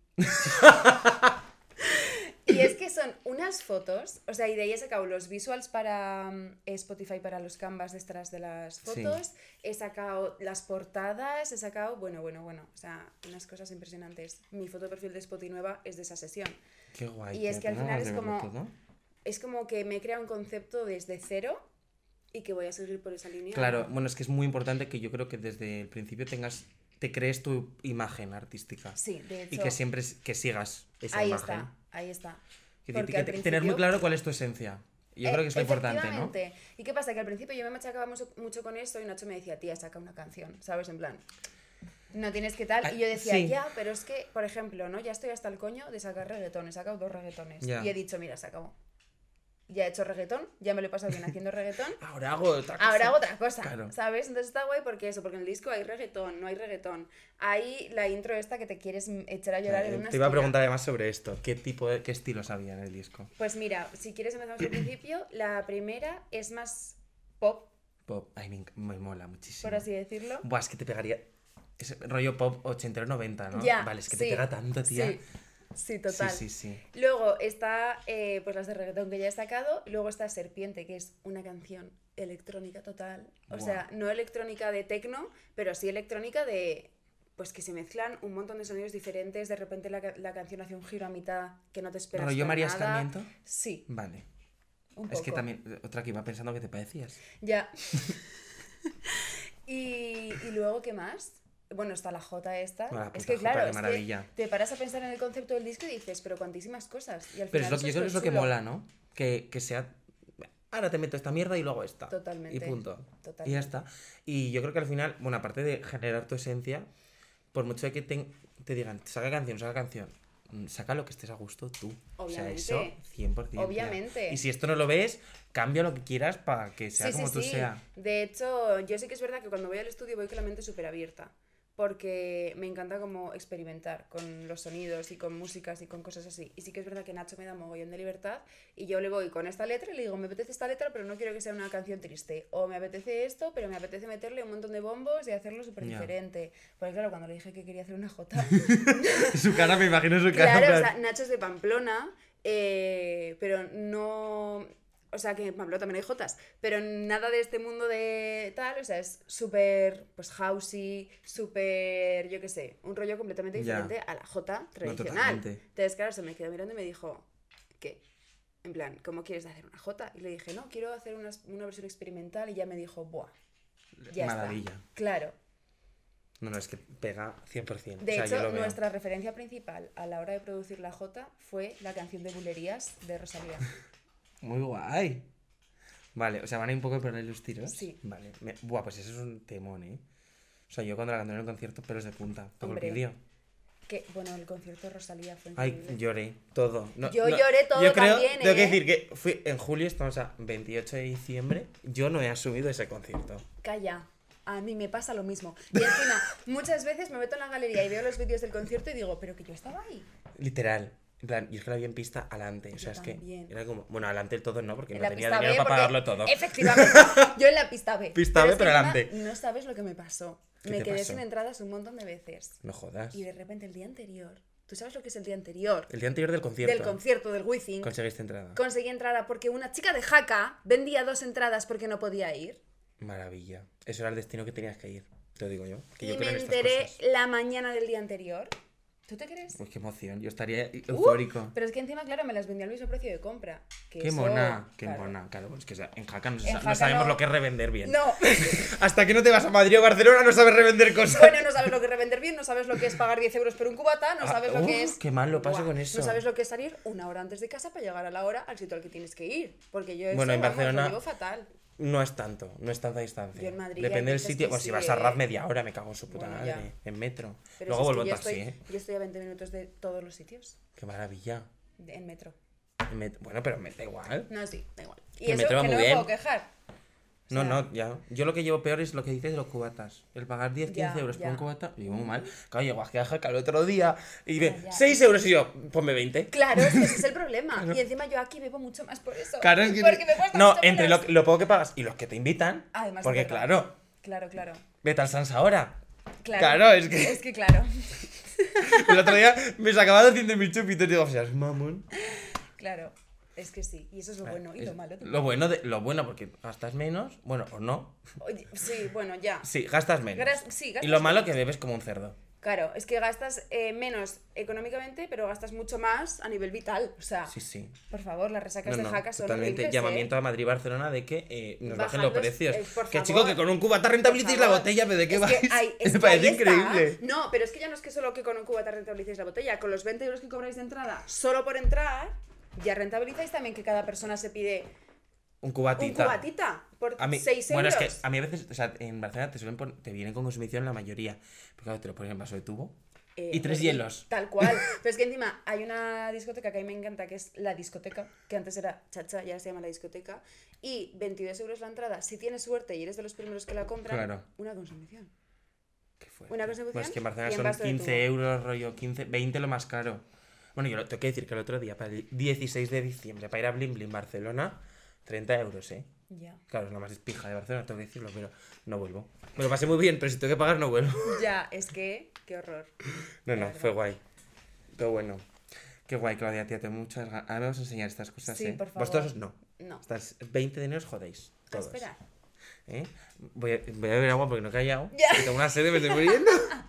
Y es que son unas fotos, o sea, y de ahí he sacado los visuals para Spotify, para los canvas detrás de las fotos, Sí. he sacado las portadas, he sacado, bueno, o sea, unas cosas impresionantes. Mi foto de perfil de Spotify nueva es de esa sesión. Qué guay. Y es tío, que al tengo final ganas es de verlo como- todo. Es como que me he creado un concepto desde cero y que voy a seguir por esa línea. Claro, bueno, es que es muy importante que yo creo que desde el principio te crees tu imagen artística. Sí, de hecho, Y que siempre que sigas esa ahí imagen. está, ahí está. Que Porque tener al principio- muy claro cuál es tu esencia. Yo creo que es lo importante, ¿no? Efectivamente. ¿Y qué pasa? Que al principio yo me machacaba mucho con eso y Nacho me decía, tía, saca una canción, ¿sabes? En plan, no tienes que tal. Y yo decía, Sí. ya, pero es que, por ejemplo, ¿no? Ya estoy hasta el coño de sacar reggaetón. He sacado 2 reggaetones. Ya. Y he dicho, mira, se acabó. Ya he hecho reggaetón, ya me lo he pasado bien haciendo reggaetón. Ahora hago otra cosa. Ahora hago otra cosa, Claro. ¿sabes? Entonces está guay porque eso, porque en el disco hay reggaetón, no hay reggaetón. Hay la intro esta que te quieres echar a llorar en una Te iba a esquina. preguntar además sobre esto. ¿Qué estilos había en el disco? Pues mira, si quieres empezamos al principio. La primera es más pop, Pop. Ay, me mola muchísimo. por así decirlo. Buah, es que te pegaría. Ese rollo pop 80-90, ¿no? Ya, Vale, es que sí, te pega tanto, tía. Sí, sí, total. Sí, sí, sí. Luego está pues las de reggaetón que ya he sacado. Luego está Serpiente, que es una canción electrónica total. O Buah. sea, no electrónica de techno, pero sí electrónica de... Pues que se mezclan un montón de sonidos diferentes. De repente la canción hace un giro a mitad que no te esperas ¿Rollo para María nada. Escarmiento? Sí, Vale. un poco. Es que también, otra que iba pensando que te parecías. Ya. y luego, ¿qué más? Bueno, está la J esta. La Es puta que Jota, claro, qué es que maravilla. te paras a pensar en el concepto del disco y dices, pero cuantísimas cosas. Y al Pero final es lo que yo creo que es lo que chulo. mola, ¿no? Que sea. Ahora te meto esta mierda y luego esta. Totalmente. Y punto. Totalmente. Y ya está. Y yo creo que al final, bueno, aparte de generar tu esencia, por mucho de que te digan, saca canción, saca lo que estés a gusto tú. Obviamente. O sea, eso 100%. tía. Obviamente. Y si esto no lo ves, cambia lo que quieras para que sea Sí, como sí, tú sí. sea. De hecho, yo sí que es verdad que cuando voy al estudio voy con la mente súper abierta. Porque me encanta como experimentar con los sonidos y con músicas y con cosas así. Y sí que es verdad que Nacho me da mogollón de libertad y yo le voy con esta letra y le digo, me apetece esta letra, pero no quiero que sea una canción triste. O me apetece esto, pero me apetece meterle un montón de bombos y hacerlo súper Ya. diferente. Porque claro, cuando le dije que quería hacer una jota... Su cara, me imagino su cara. Claro, en o plan- sea, Nacho es de Pamplona, pero no... O sea, que en Pamplona también hay jotas, pero nada de este mundo de tal, o sea, es súper, pues, housey, súper, yo qué sé, un rollo completamente Ya. diferente a la jota tradicional. totalmente. Entonces, claro, se me quedó mirando y me dijo, ¿qué? En plan, ¿cómo quieres hacer una jota? Y le dije, no, quiero hacer una versión experimental, y ya me dijo, buah, ya Maravilla. está. Claro. No, es que pega 100%. De o sea, yo hecho, lo veo. nuestra referencia principal a la hora de producir la jota fue la canción de Bulerías de Rosalía. Muy guay. Vale, o sea, van a ir un poco por ahí los tiros. Sí. Vale. Buah, pues eso es un temón, ¿eh? O sea, yo cuando la canté en el concierto, pelos de punta. Todo Hombre. el vídeo. Que, bueno, el concierto de Rosalía fue Ay, increíble. lloré. Todo. Yo lloré todo yo creo, también, Tengo que ¿eh? decir que fui en julio, estamos a 28 de diciembre. Yo no he asumido ese concierto. Calla. A mí me pasa lo mismo. Y encima, muchas veces me meto en la galería y veo los vídeos del concierto y digo, pero que yo estaba ahí. Literal. En plan, yo es que la vi en pista alante. O Yo sea, es que también. era como. Bueno, alante el todo no, porque En no la tenía pista dinero B, para porque pagarlo todo. Efectivamente. Yo en la pista B. Pista B, es que pero encima adelante. No sabes lo que me pasó. ¿Qué Me te quedé pasó? sin entradas un montón de veces. No jodas. Y de repente el día anterior. ¿Tú sabes lo que es el día anterior? El día anterior del concierto. Del concierto del Wizzing. Conseguiste entrada. Conseguí entrada porque una chica de Jaca vendía 2 entradas porque no podía ir. Maravilla. Eso era el destino que tenías que ir. Te lo digo yo. Que Y yo creo me en estas enteré cosas. la mañana del día anterior. ¿Tú te crees? Pues qué emoción. Yo estaría eufórico. Pero es que encima, claro, me las vendía al mismo precio de compra. Que Qué eso, mona, qué claro. mona. Claro, pues que en Jaca no, En no Jaca sabemos no. lo que es revender bien. No. Hasta que no te vas a Madrid o Barcelona no sabes revender cosas. Bueno, no sabes lo que es revender bien, no sabes lo que es pagar 10 euros por un cubata, no sabes lo que es... Qué mal lo paso Buah, con eso. No sabes lo que es salir una hora antes de casa para llegar a la hora al sitio al que tienes que ir. Porque yo eso, Bueno, en vamos, Barcelona- lo llevo fatal. No es tanto, no es tanta distancia. Yo en Madrid Depende hay del veces sitio. que Pues si sí, vas a Raz media hora, me cago en su puta Bueno, madre. ya. En metro. Pero Luego si es vuelvo que en taxi, yo estoy a 20 minutos de todos los sitios Qué maravilla. en metro. Bueno, pero me da igual. No, sí, da igual. Y Que eso metro va que muy no me bien. puedo quejar. No, sea, no, ya. Yo lo que llevo peor es lo que dices de los cubatas. El pagar 10, 15 Ya, euros por ya. un cubata, llevo muy mal. Claro, llego a Jaca el otro día y ve, Ya, ya. 6 euros y yo, ponme 20. Claro, es que ese es el problema. Y encima yo aquí bebo mucho más por eso. Claro, es que... Porque me cuesta No, mucho entre menos. lo poco que pagas y los que te invitan. Además, Porque es verdad. claro, Claro. vete al Sans ahora. Claro, Claro, es que- Es que claro. El otro día me sacaba 200.000 chupitos y digo, o sea, es mamón. Claro. Es que sí. Y eso es lo bueno y Es lo malo. también. Lo bueno porque gastas menos, bueno, o no. Oye, sí, bueno, ya. Sí, gastas menos. Sí, gastas Y lo malo menos. que bebes como un cerdo. Claro, es que gastas menos económicamente, pero gastas mucho más a nivel vital. O sea, Sí. por favor, las resacas de Jaca son totalmente. horribles, Llamamiento a Madrid y Barcelona de que nos bajen los Bajad los- precios. por Que favor. chico, que con un cubata rentabilicéis la favor. botella, pero ¿de qué Es vais? que es Me que ahí parece está. increíble. No, pero es que ya no es que solo que con un cubata rentabilicéis la botella, con los 20 euros que cobráis de entrada, solo por entrar, ya rentabilizáis también que cada persona se pide Un cubatita. un cubatita por A mí, 6 euros. bueno, es que a mí a veces, o sea, en Barcelona te vienen con consumición la mayoría. Pero claro, te lo ponen en vaso de tubo. Y 3 pues, hielos. Tal cual. Pero es que encima hay una discoteca que a mí me encanta, que es la discoteca, que antes era Chacha, ya se llama la discoteca, y 22 euros la entrada. Si tienes suerte y eres de los primeros que la compran, Claro. una consumición. ¿Qué fue? Una consumición Pues que en y Barcelona en son vaso de 15 tubo. euros, rollo, 15, 20 lo más caro. Bueno, yo tengo que decir que el otro día, para el 16 de diciembre, para ir a Blin Blin Barcelona, 30 euros, ¿eh? Ya. Claro, es la más pija de Barcelona, tengo que decirlo, pero no vuelvo. Me lo pasé muy bien, pero si tengo que pagar, no vuelvo. Ya, es que, qué horror. No, La verdad. fue guay. Pero bueno. Qué guay, Claudia, tía, tengo muchas ganas. Ahora me vamos a enseñar estas cosas, Sí, ¿eh? por favor. Vosotros no. No. Hasta el 20 de enero os jodéis. A Todos. esperar. ¿Eh? Voy a beber agua porque no he callado. Ya. Que tengo una sed y me estoy muriendo.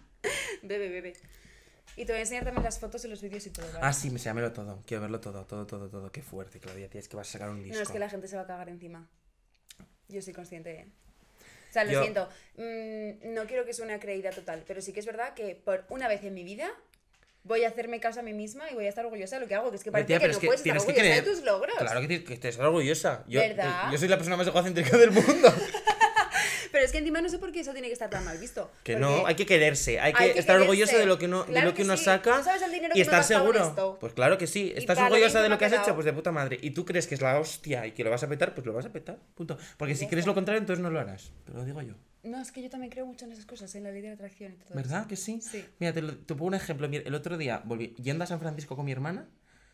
Bebe. Y te voy a enseñar también las fotos y los vídeos y todo, ¿vale? Ah, sí, me todo. Quiero verlo todo. Qué fuerte, Claudia, tía. Es que vas a sacar un disco. No, es que la gente se va a cagar encima. Yo soy consciente, ¿eh? O sea, lo Yo- siento. No quiero que suene a creída total, pero sí que es verdad que por una vez en mi vida voy a hacerme caso a mí misma y voy a estar orgullosa de lo que hago, que es que Pero, parece tía, que pero no es que puedes estar tienes que orgullosa de creer. tus logros. Claro que estás orgullosa. ¿Verdad? Yo soy la persona más egocéntrica del mundo. Pero es que encima no sé por qué eso tiene que estar tan mal visto. Que porque no, hay que quererse, hay hay que que estar quererse. orgulloso de lo que uno, Claro de lo que que uno sí. saca ¿Tú sabes el dinero y que me he estar gastado en seguro. esto? Pues claro que sí, estás para lo orgullosa bien de que lo me que ha has hecho, quedado. pues de puta madre. Y tú crees que es la hostia y que lo vas a petar, pues lo vas a petar, punto. Porque si Ya crees está. lo contrario, entonces no lo harás. Te lo digo yo. No, es que yo también creo mucho en esas cosas, en la ley de la atracción y todo ¿Verdad eso. que sí? Sí. Mira, te pongo un ejemplo. Mira, el otro día volví yendo a San Francisco con mi hermana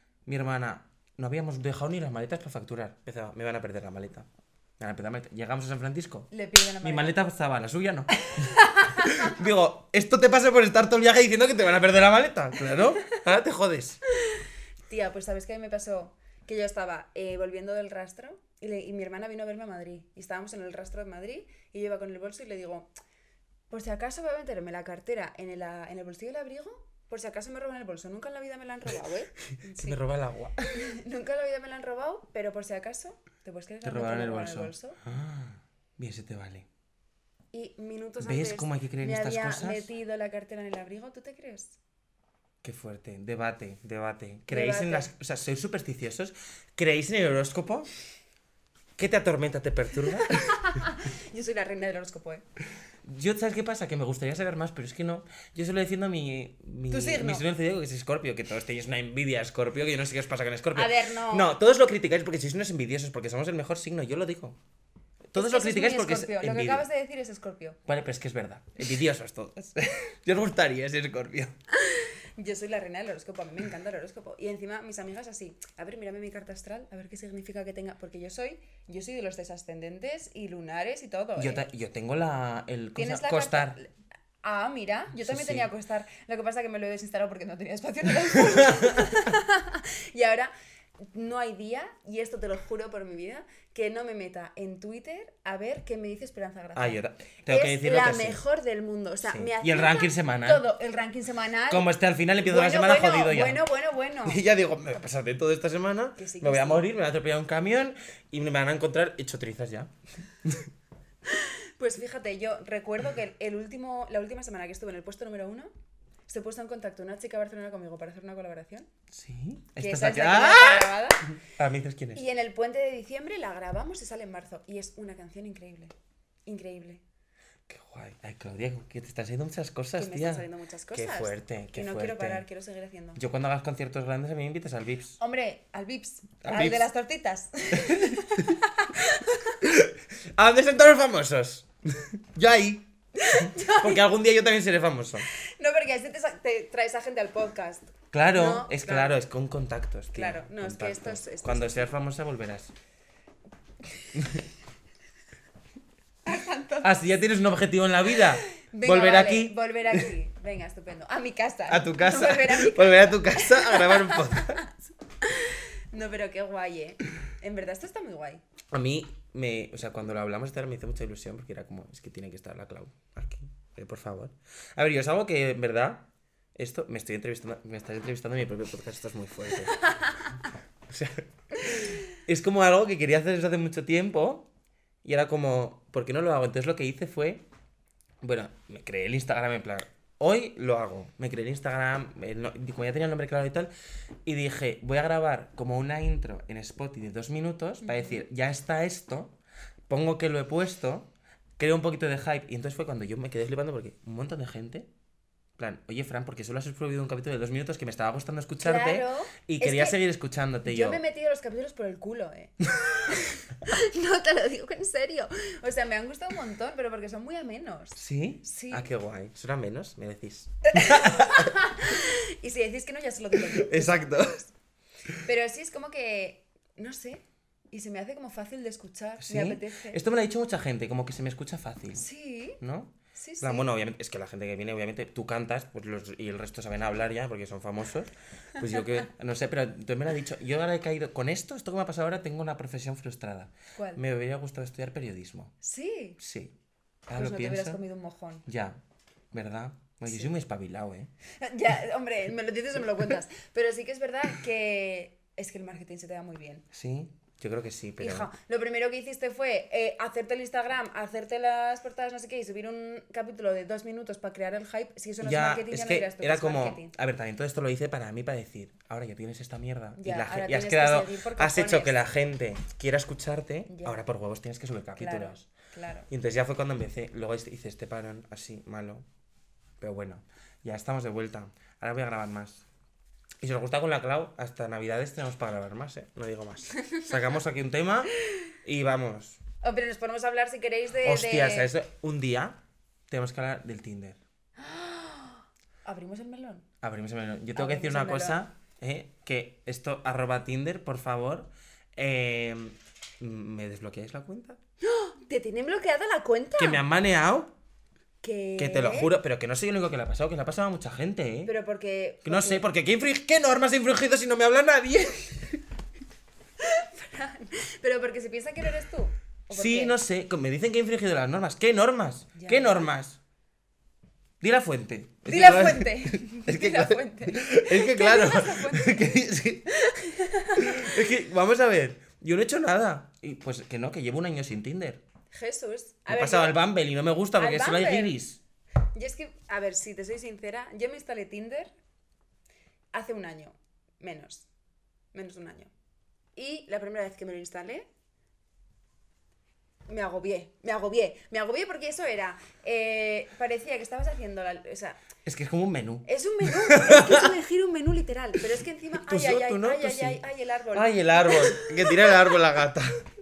no habíamos dejado ni las maletas para facturar. Empezaba, me van a perder la maleta. Me van a perder la maleta. Llegamos a San Francisco. Le piden la Mi maleta estaba, la suya no. Digo, esto te pasa por estar todo el viaje diciendo que te van a perder la maleta. Claro, ahora te jodes. Tía, pues ¿sabes qué me pasó? Que yo estaba volviendo del rastro y mi hermana vino a verme a Madrid. Y estábamos en el rastro de Madrid y yo iba con el bolso y le digo, por si acaso voy a meterme la cartera en el bolsillo del abrigo, por si acaso me roban el bolso. Nunca en la vida me la han robado, ¿eh? Que Sí. me roba el agua. Nunca en la vida me la han robado, pero por si acaso, ¿te puedes creer que Te me robaron el robaron bolso. Bien, se te vale. Y minutos ¿Ves antes cómo hay que creer en me estas había cosas? metido la cartera en el abrigo, ¿tú te crees? Qué fuerte. Debate. ¿Creéis en Debate. las... O sea, ¿sois supersticiosos? ¿Creéis en el horóscopo? ¿Qué te atormenta, te perturba? Yo soy la reina del horóscopo, ¿eh? Yo, ¿sabes qué pasa? Que me gustaría saber más, pero es que no. Yo solo defiendo mi ¿Tu signo? mi signo zodíaco, que es Escorpio, que todos tenéis una envidia a Escorpio, que yo no sé qué os pasa con Escorpio. A ver, no. No, todos lo criticáis porque sois unos envidiosos, porque somos el mejor signo, yo lo digo. Todos Es que lo eso es criticáis muy porque Escorpio. es Lo que envidia. acabas de decir es Escorpio. Vale, pero es que es verdad. Envidiosos todos. Yo os gustaría ser Escorpio. Yo soy la reina del horóscopo, a mí me encanta el horóscopo. Y encima mis amigas así, a ver, mírame mi carta astral, a ver qué significa que tenga. Porque yo soy de los desascendentes y lunares y todo. Yo, ¿eh? yo tengo el ¿Tienes la costar. carta? Ah, mira, yo Sí, también sí. tenía costar. Lo que pasa es que me lo he desinstalado porque no tenía espacio en el iPhone. Y ahora no hay día, y esto te lo juro por mi vida, que no me meta en Twitter a ver qué me dice Esperanza Gracia. Ah, yo tengo que es decirlo la que sí. mejor del mundo. O sea, Sí. me Y el acierta ranking semanal. Todo, el ranking semanal. Como al final empiezo la semana jodido ya. Bueno. Y ya digo, me voy a pasar de todo esta semana, Que sí, me voy que a sí. morir, me voy a atropellar un camión y me van a encontrar hecho trizas ya. Pues fíjate, yo recuerdo que la última semana que estuve en el puesto número 1, se puso en contacto una chica de Barcelona conmigo para hacer una colaboración. ¿Sí? Que Esta esa es es la la que... que ya ¡Ah! está grabada. Ah, me dices quién es. Y en el puente de diciembre la grabamos y sale en marzo. Y es una canción increíble. Increíble. Qué guay. Ay, Claudia, que te están saliendo muchas Que cosas, me tía. están saliendo muchas cosas. Qué fuerte, qué Que no fuerte. quiero parar, quiero seguir haciendo. Yo cuando hagas conciertos grandes a mí me invitas al Vips. Hombre, al Vips. Al Al Vips. de las tortitas. ¿A dónde están todos los famosos? Yo ahí. Porque algún día yo también seré famoso. No, porque así te traes a gente al podcast. Claro, No, es claro. claro, es con contactos, tío. Claro, no, es que esto es Cuando seas famosa volverás. Si ya tienes un objetivo en la vida. Venga, Volver vale, aquí. Volver aquí. Venga, estupendo. A mi casa. A tu casa. Volver Volver a tu casa a grabar un podcast. No, pero qué guay, ¿eh? En verdad, esto está muy guay. A mí, o sea, cuando lo hablamos me hizo mucha ilusión porque era como, es que tiene que estar la Clau aquí, por favor. A ver, yo es algo que, en verdad, me estás entrevistando en mi propio podcast, esto es muy fuerte. O sea, es como algo que quería hacer desde hace mucho tiempo y era como, ¿por qué no lo hago? Entonces lo que hice fue, bueno, me creé el Instagram en plan, hoy lo hago. Me creé el Instagram, como ya tenía el nombre claro y tal, y dije, voy a grabar como una intro en Spotify de 2 minutos para decir, ya está esto, pongo que lo he puesto, creo un poquito de hype, y entonces fue cuando yo me quedé flipando porque un montón de gente, en plan, oye Fran, porque solo has subido un capítulo de 2 minutos que me estaba gustando escucharte Claro, y es quería que seguir escuchándote yo me he metido los capítulos por el culo, ¿eh? No, te lo digo en serio. O sea, me han gustado un montón, pero porque son muy amenos. ¿Sí? Sí. Ah, qué guay. ¿Suena menos? Me decís. Y si decís que no, ya se lo digo yo. Exacto. Pero sí, es como que, no sé, y se me hace como fácil de escuchar, ¿Sí? me apetece. Esto me lo ha dicho mucha gente, como que se me escucha fácil. Sí, ¿No? sí, sí. Plan, bueno, obviamente, es que la gente que viene, obviamente, tú cantas, pues y el resto saben hablar ya, porque son famosos. Pues yo que, no sé, pero tú me lo has dicho. Yo ahora he caído, con esto que me ha pasado ahora, tengo una profesión frustrada. ¿Cuál? Me hubiera gustado estudiar periodismo. Sí. Sí. Pues Ahora no lo te hubieras pienso. comido un mojón. Ya, ¿verdad? Bueno, yo soy muy espabilado, ¿eh? Ya, hombre, me lo dices o me lo cuentas. Pero sí que es verdad que es que el marketing se te da muy bien. Sí, yo creo que sí, pero... Hija, lo primero que hiciste fue hacerte el Instagram, hacerte las portadas, no sé qué, y subir un capítulo de 2 minutos para crear el hype. Si eso no es marketing, es ya no que dirás tú que era es como, marketing. a ver, también todo esto lo hice para mí, para decir, ahora ya tienes esta mierda Ya, y, ahora y has tienes que quedado, seguir por has hecho cojones. que la gente quiera escucharte, Ya. ahora por huevos tienes que subir Claro, capítulos. claro. Y entonces ya fue cuando empecé, luego hice este parón así, malo, pero bueno, ya estamos de vuelta, ahora voy a grabar más. Y si os gusta con la Clau, hasta Navidades tenemos para grabar más, no digo más. Sacamos aquí un tema y vamos. Oh, pero nos ponemos a hablar si queréis de... Hostias, ¿sabes? Un día tenemos que hablar del Tinder. ¿Abrimos el melón? Abrimos el melón. Yo tengo que decir Abrimos una el cosa, que esto, @Tinder, por favor, ¿me desbloqueáis la cuenta? ¿Te tienen bloqueada la cuenta? Que me han maneado, ¿Qué? que te lo juro, pero que no soy el único que le ha pasado, que le ha pasado a mucha gente, ¿eh? Pero porque... Que no sé, porque ¿qué normas he infringido si no me habla nadie? Pero porque se piensa que no eres tú. ¿O por Sí, qué? no sé, me dicen que he infringido las normas. ¿Qué normas? Ya. ¿Qué normas? Di la fuente. Es Di que la claro- fuente. Es que, Di la claro- fuente. es que claro. digas la fuente. Es que, vamos a ver, yo no he hecho nada. Y pues que no, que llevo un año sin Tinder. Jesús. Me he pasado yo- al Bumble y no me gusta porque ¿Al solo hay Bumble? guiris. Yo es que, a ver, si te soy sincera, yo me instalé Tinder hace un año. Menos de un año. Y la primera vez que me lo instalé, me agobié porque eso era, parecía que estabas haciendo o sea, Es que es como un menú. es un menú, es que es elegir un menú literal, pero es que encima, Tú no, tú sí. ay, el árbol. Ay, el árbol. Que tira el árbol la gata.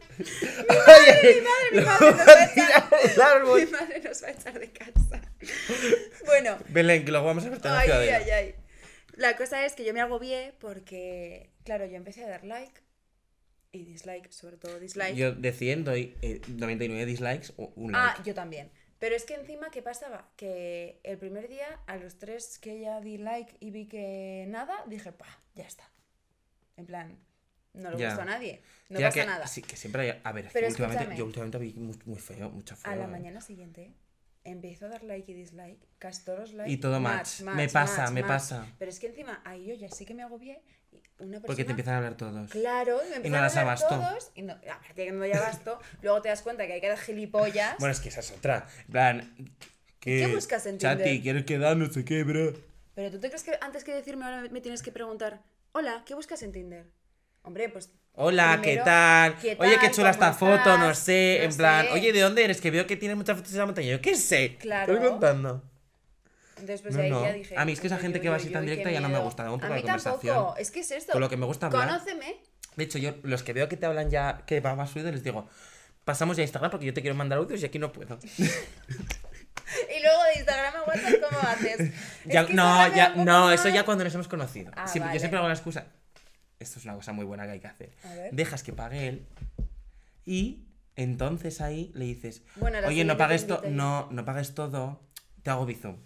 Mi madre nos va a echar. El árbol. Mi madre nos va a echar de casa. Bueno, Belén, que luego vamos a verte en la ay, ciudadela. ay, ay. La cosa es que yo me agobié porque, claro, yo empecé a dar like y dislike, sobre todo dislike. Yo de 100 doy 99 dislikes o un like. Ah, yo también. Pero es que encima, ¿qué pasaba? Que el primer día, a los 3 que ya di like y vi que nada, dije, ya está. En plan, no le Ya. gustó a nadie. No Ya pasa que, nada. Sí, que siempre hay... A ver, es que Pero últimamente, escúchame. yo vi muy feo, mucho feo. A la mañana siguiente empiezo a dar like y dislike, casi todos los likes. Y todo match. Me pasa. Pero es que encima ahí yo ya sí que me agobié. Y una persona... Porque te empiezan a hablar todos. Claro, me Y no empezaron das a hablar abasto. todos. Y no, aparte de que no doy abasto, luego te das cuenta que hay que dar gilipollas. Bueno, es que esa es otra. En plan... ¿Qué buscas en Chati, Tinder? ¿quieres quedar? No sé qué, bro. Pero tú te crees que antes que decirme ahora me tienes que preguntar, hola, ¿qué buscas en Tinder? Hombre, pues... Hola, primero, ¿qué tal? ¿qué Oye, qué tal? chula esta ¿Cómo foto, no estás? sé. No En plan, sé. oye, ¿de dónde eres? Que veo que tienes muchas fotos de la montaña. Yo qué sé. Claro. Estoy contando. Entonces, pues No, ahí no. ya dije... A mí es que esa gente que va así tan qué directa ya no me miedo. gusta, da un poco A de mí conversación. tampoco, es que es esto. Con lo que me gusta hablar. Conóceme. De hecho, yo los que veo que te hablan ya, que va más fluido, les digo, pasamos ya a Instagram porque yo te quiero mandar audios y aquí no puedo. Y luego de Instagram a WhatsApp, ¿cómo haces? Ya, Es que no, Instagram me da ya, un poco no, mal. eso ya cuando nos hemos conocido. Ah, Siempre- vale. Yo siempre hago la excusa. Esto es una cosa muy buena que hay que hacer. A ver. Dejas que pague él y entonces ahí le dices, Bueno, la oye, no siguiente pagues te todo, invito yo. no pagues todo, te hago Bizum.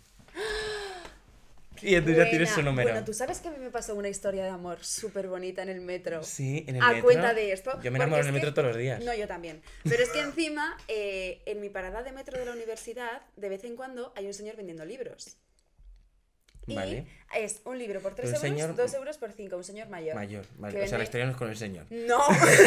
Y entonces ya tienes su Buena. número. Bueno, tú sabes que a mí me pasó una historia de amor súper bonita en el metro. Sí, en el A metro. cuenta de esto. Yo me porque enamoro es en el metro que- todos los días. No, yo también. Pero es que encima, en mi parada de metro de la universidad, de vez en cuando hay un señor vendiendo libros. Y Vale. es un libro por 3 Un euros, señor 2 euros por 5, un señor mayor. Mayor, vale. que O sea, la vende- historia no es con el señor. No.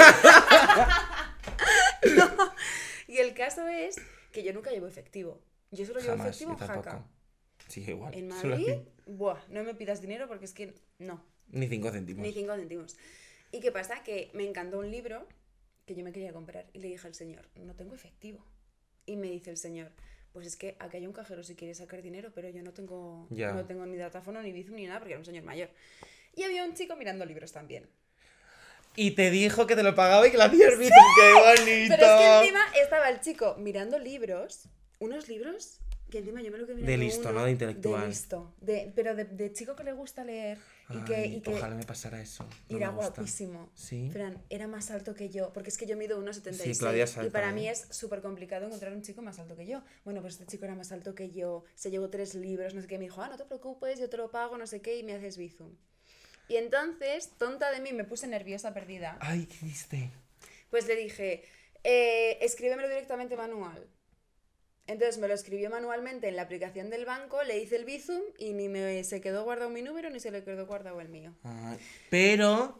No. Y el caso es que yo nunca llevo efectivo. Yo solo llevo Jamás, efectivo yo en jaca. tampoco. Sí, igual. En solo Madrid, así. buah, no me pidas dinero porque es que no, Ni 5 céntimos. ni 5 céntimos. ¿Y qué pasa? Que me encantó un libro que yo me quería comprar y le dije al señor, no tengo efectivo. Y me dice el señor, pues es que aquí hay un cajero si quieres sacar dinero, pero yo no tengo, Ya. no tengo ni datáfono, ni Bizum, ni nada, porque era un señor mayor. Y había un chico mirando libros también. Y te dijo que te lo pagaba y que la hacías Bizum. ¡Qué bonito! Pero es que encima estaba el chico mirando libros, unos libros que encima yo me lo que mirando De listo, uno, ¿no? De intelectual. De listo, pero de chico que le gusta leer y Ay, que ojalá me pasara eso. No era me gusta. guapísimo. Sí. Fran, era más alto que yo, porque es que yo mido 1,76 Sí, Claudia es y alta, para ¿eh? mí es súper complicado encontrar un chico más alto que yo. Bueno, pues este chico era más alto que yo, se llevó 3 libros, no sé qué, me dijo, no te preocupes, yo te lo pago, no sé qué, y me haces Bizum. Y entonces, tonta de mí, me puse nerviosa, perdida. Ay, ¿qué diste? Pues le dije, escríbemelo directamente manual. Entonces me lo escribió manualmente en la aplicación del banco, le hice el Bizum y ni se quedó guardado mi número ni se le quedó guardado el mío. Ay, pero...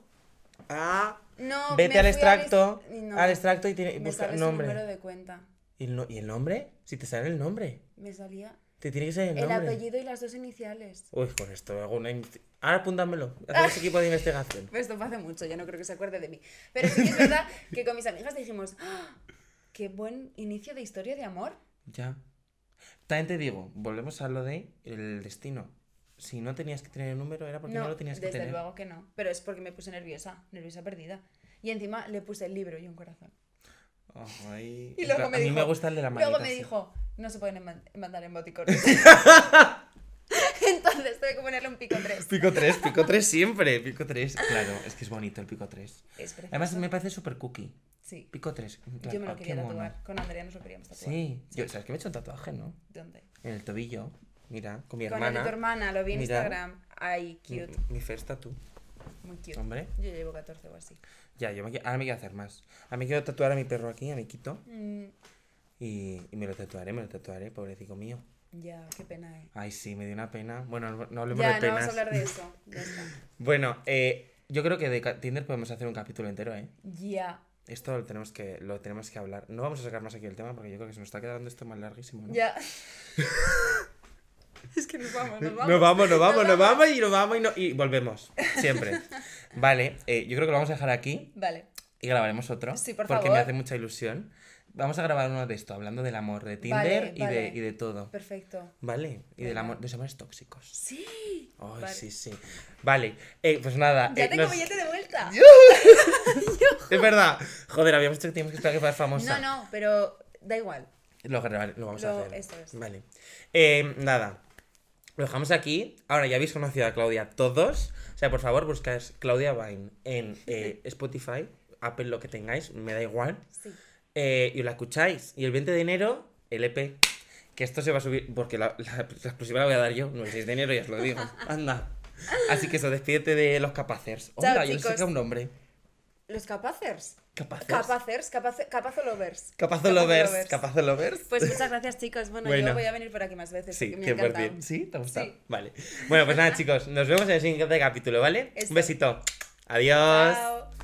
No, vete me al fui extracto. y no, Al extracto y me busca sale el su nombre. número de cuenta. ¿Y el nombre? Si te sale el nombre. Me salía Te tiene que salir el el nombre. apellido y las 2 iniciales. Uy, con esto hago una... Ahora apúntamelo. Hacemos equipo de investigación. Esto fue hace mucho, ya no creo que se acuerde de mí. Pero sí que es verdad que con mis amigas dijimos, ¡ah! ¡Qué buen inicio de historia de amor! Ya. También te digo, volvemos a lo de el destino. Si no tenías que tener el número era porque no lo tenías que desde tener. luego que no. Pero es porque me puse nerviosa perdida. Y encima le puse el libro y un corazón. Ay. Y luego a me mí dijo, me gusta el de la manita. luego me sí. dijo, no se pueden mandar emoticones. Entonces tuve que ponerle un pico 3. Pico 3 siempre. Pico 3. Claro, es que es bonito el pico 3. Es precioso. Además me parece súper cookie. Sí. Pico 3. Yo me lo qué quería mono. tatuar. Con Andrea nos lo queríamos tatuar. Sí. Yo, ¿sabes que me he hecho un tatuaje, no? ¿Dónde? En el tobillo. Mira, con mi Con el de hermana. tu hermana, lo vi en Mira. Instagram. Ay, cute. Mi first tattoo. Muy cute. Hombre. Yo llevo 14 o así. Ya, ahora me quiero hacer más. A mí quiero tatuar a mi perro aquí, a mi Quito. Mm, Y me lo tatuaré, pobrecito mío. ya, qué pena, Ay, sí, me dio una pena. Bueno, no hablemos Ya, de no penas. vamos a hablar de eso. Ya está. Bueno, yo creo que de Tinder podemos hacer un capítulo entero, ¿eh? Ya. Esto lo tenemos que hablar. No vamos a sacar más aquí el tema porque yo creo que se nos está quedando esto más larguísimo, ¿no? Ya. Es que nos vamos. Y volvemos. Siempre. Vale, yo creo que lo vamos a dejar aquí Vale. y grabaremos otro. Sí, por porque favor. me hace mucha ilusión. Vamos a grabar uno de esto, hablando del amor, de Tinder Vale. y de todo. Perfecto. Vale, y del Venga. amor, de los amores tóxicos. Sí. Ay, Vale. sí. Vale, pues nada. Ya tengo nos- billete de vuelta. Es verdad. Joder, habíamos dicho que teníamos que esperar que fuera famosa. No, pero da igual. Lo vamos a hacer. Eso es. Vale. Nada. Lo dejamos aquí. Ahora ya habéis conocido a Claudia todos. O sea, por favor, buscáis Claudia Vine en Spotify, Apple, lo que tengáis, me da igual. Sí. Y la escucháis. Y el 20 de enero, el EP. Que esto se va a subir, porque la exclusiva la voy a dar yo. No, el 6 de enero ya os lo digo. Anda. Así que eso, despídete de los capacers. Hola, yo no sé chicos. qué un nombre. Los capacers. Capacers. Capazolovers. Capazolovers. Pues muchas gracias, chicos. Bueno, Bueno. yo voy a venir por aquí más veces. Sí, porque me ha 100%. encantado. ¿Sí? ¿Te ha gustado? Sí. Vale. Bueno, pues nada, chicos. Nos vemos en el siguiente capítulo, ¿vale? Eso. Un besito. Adiós. Chao.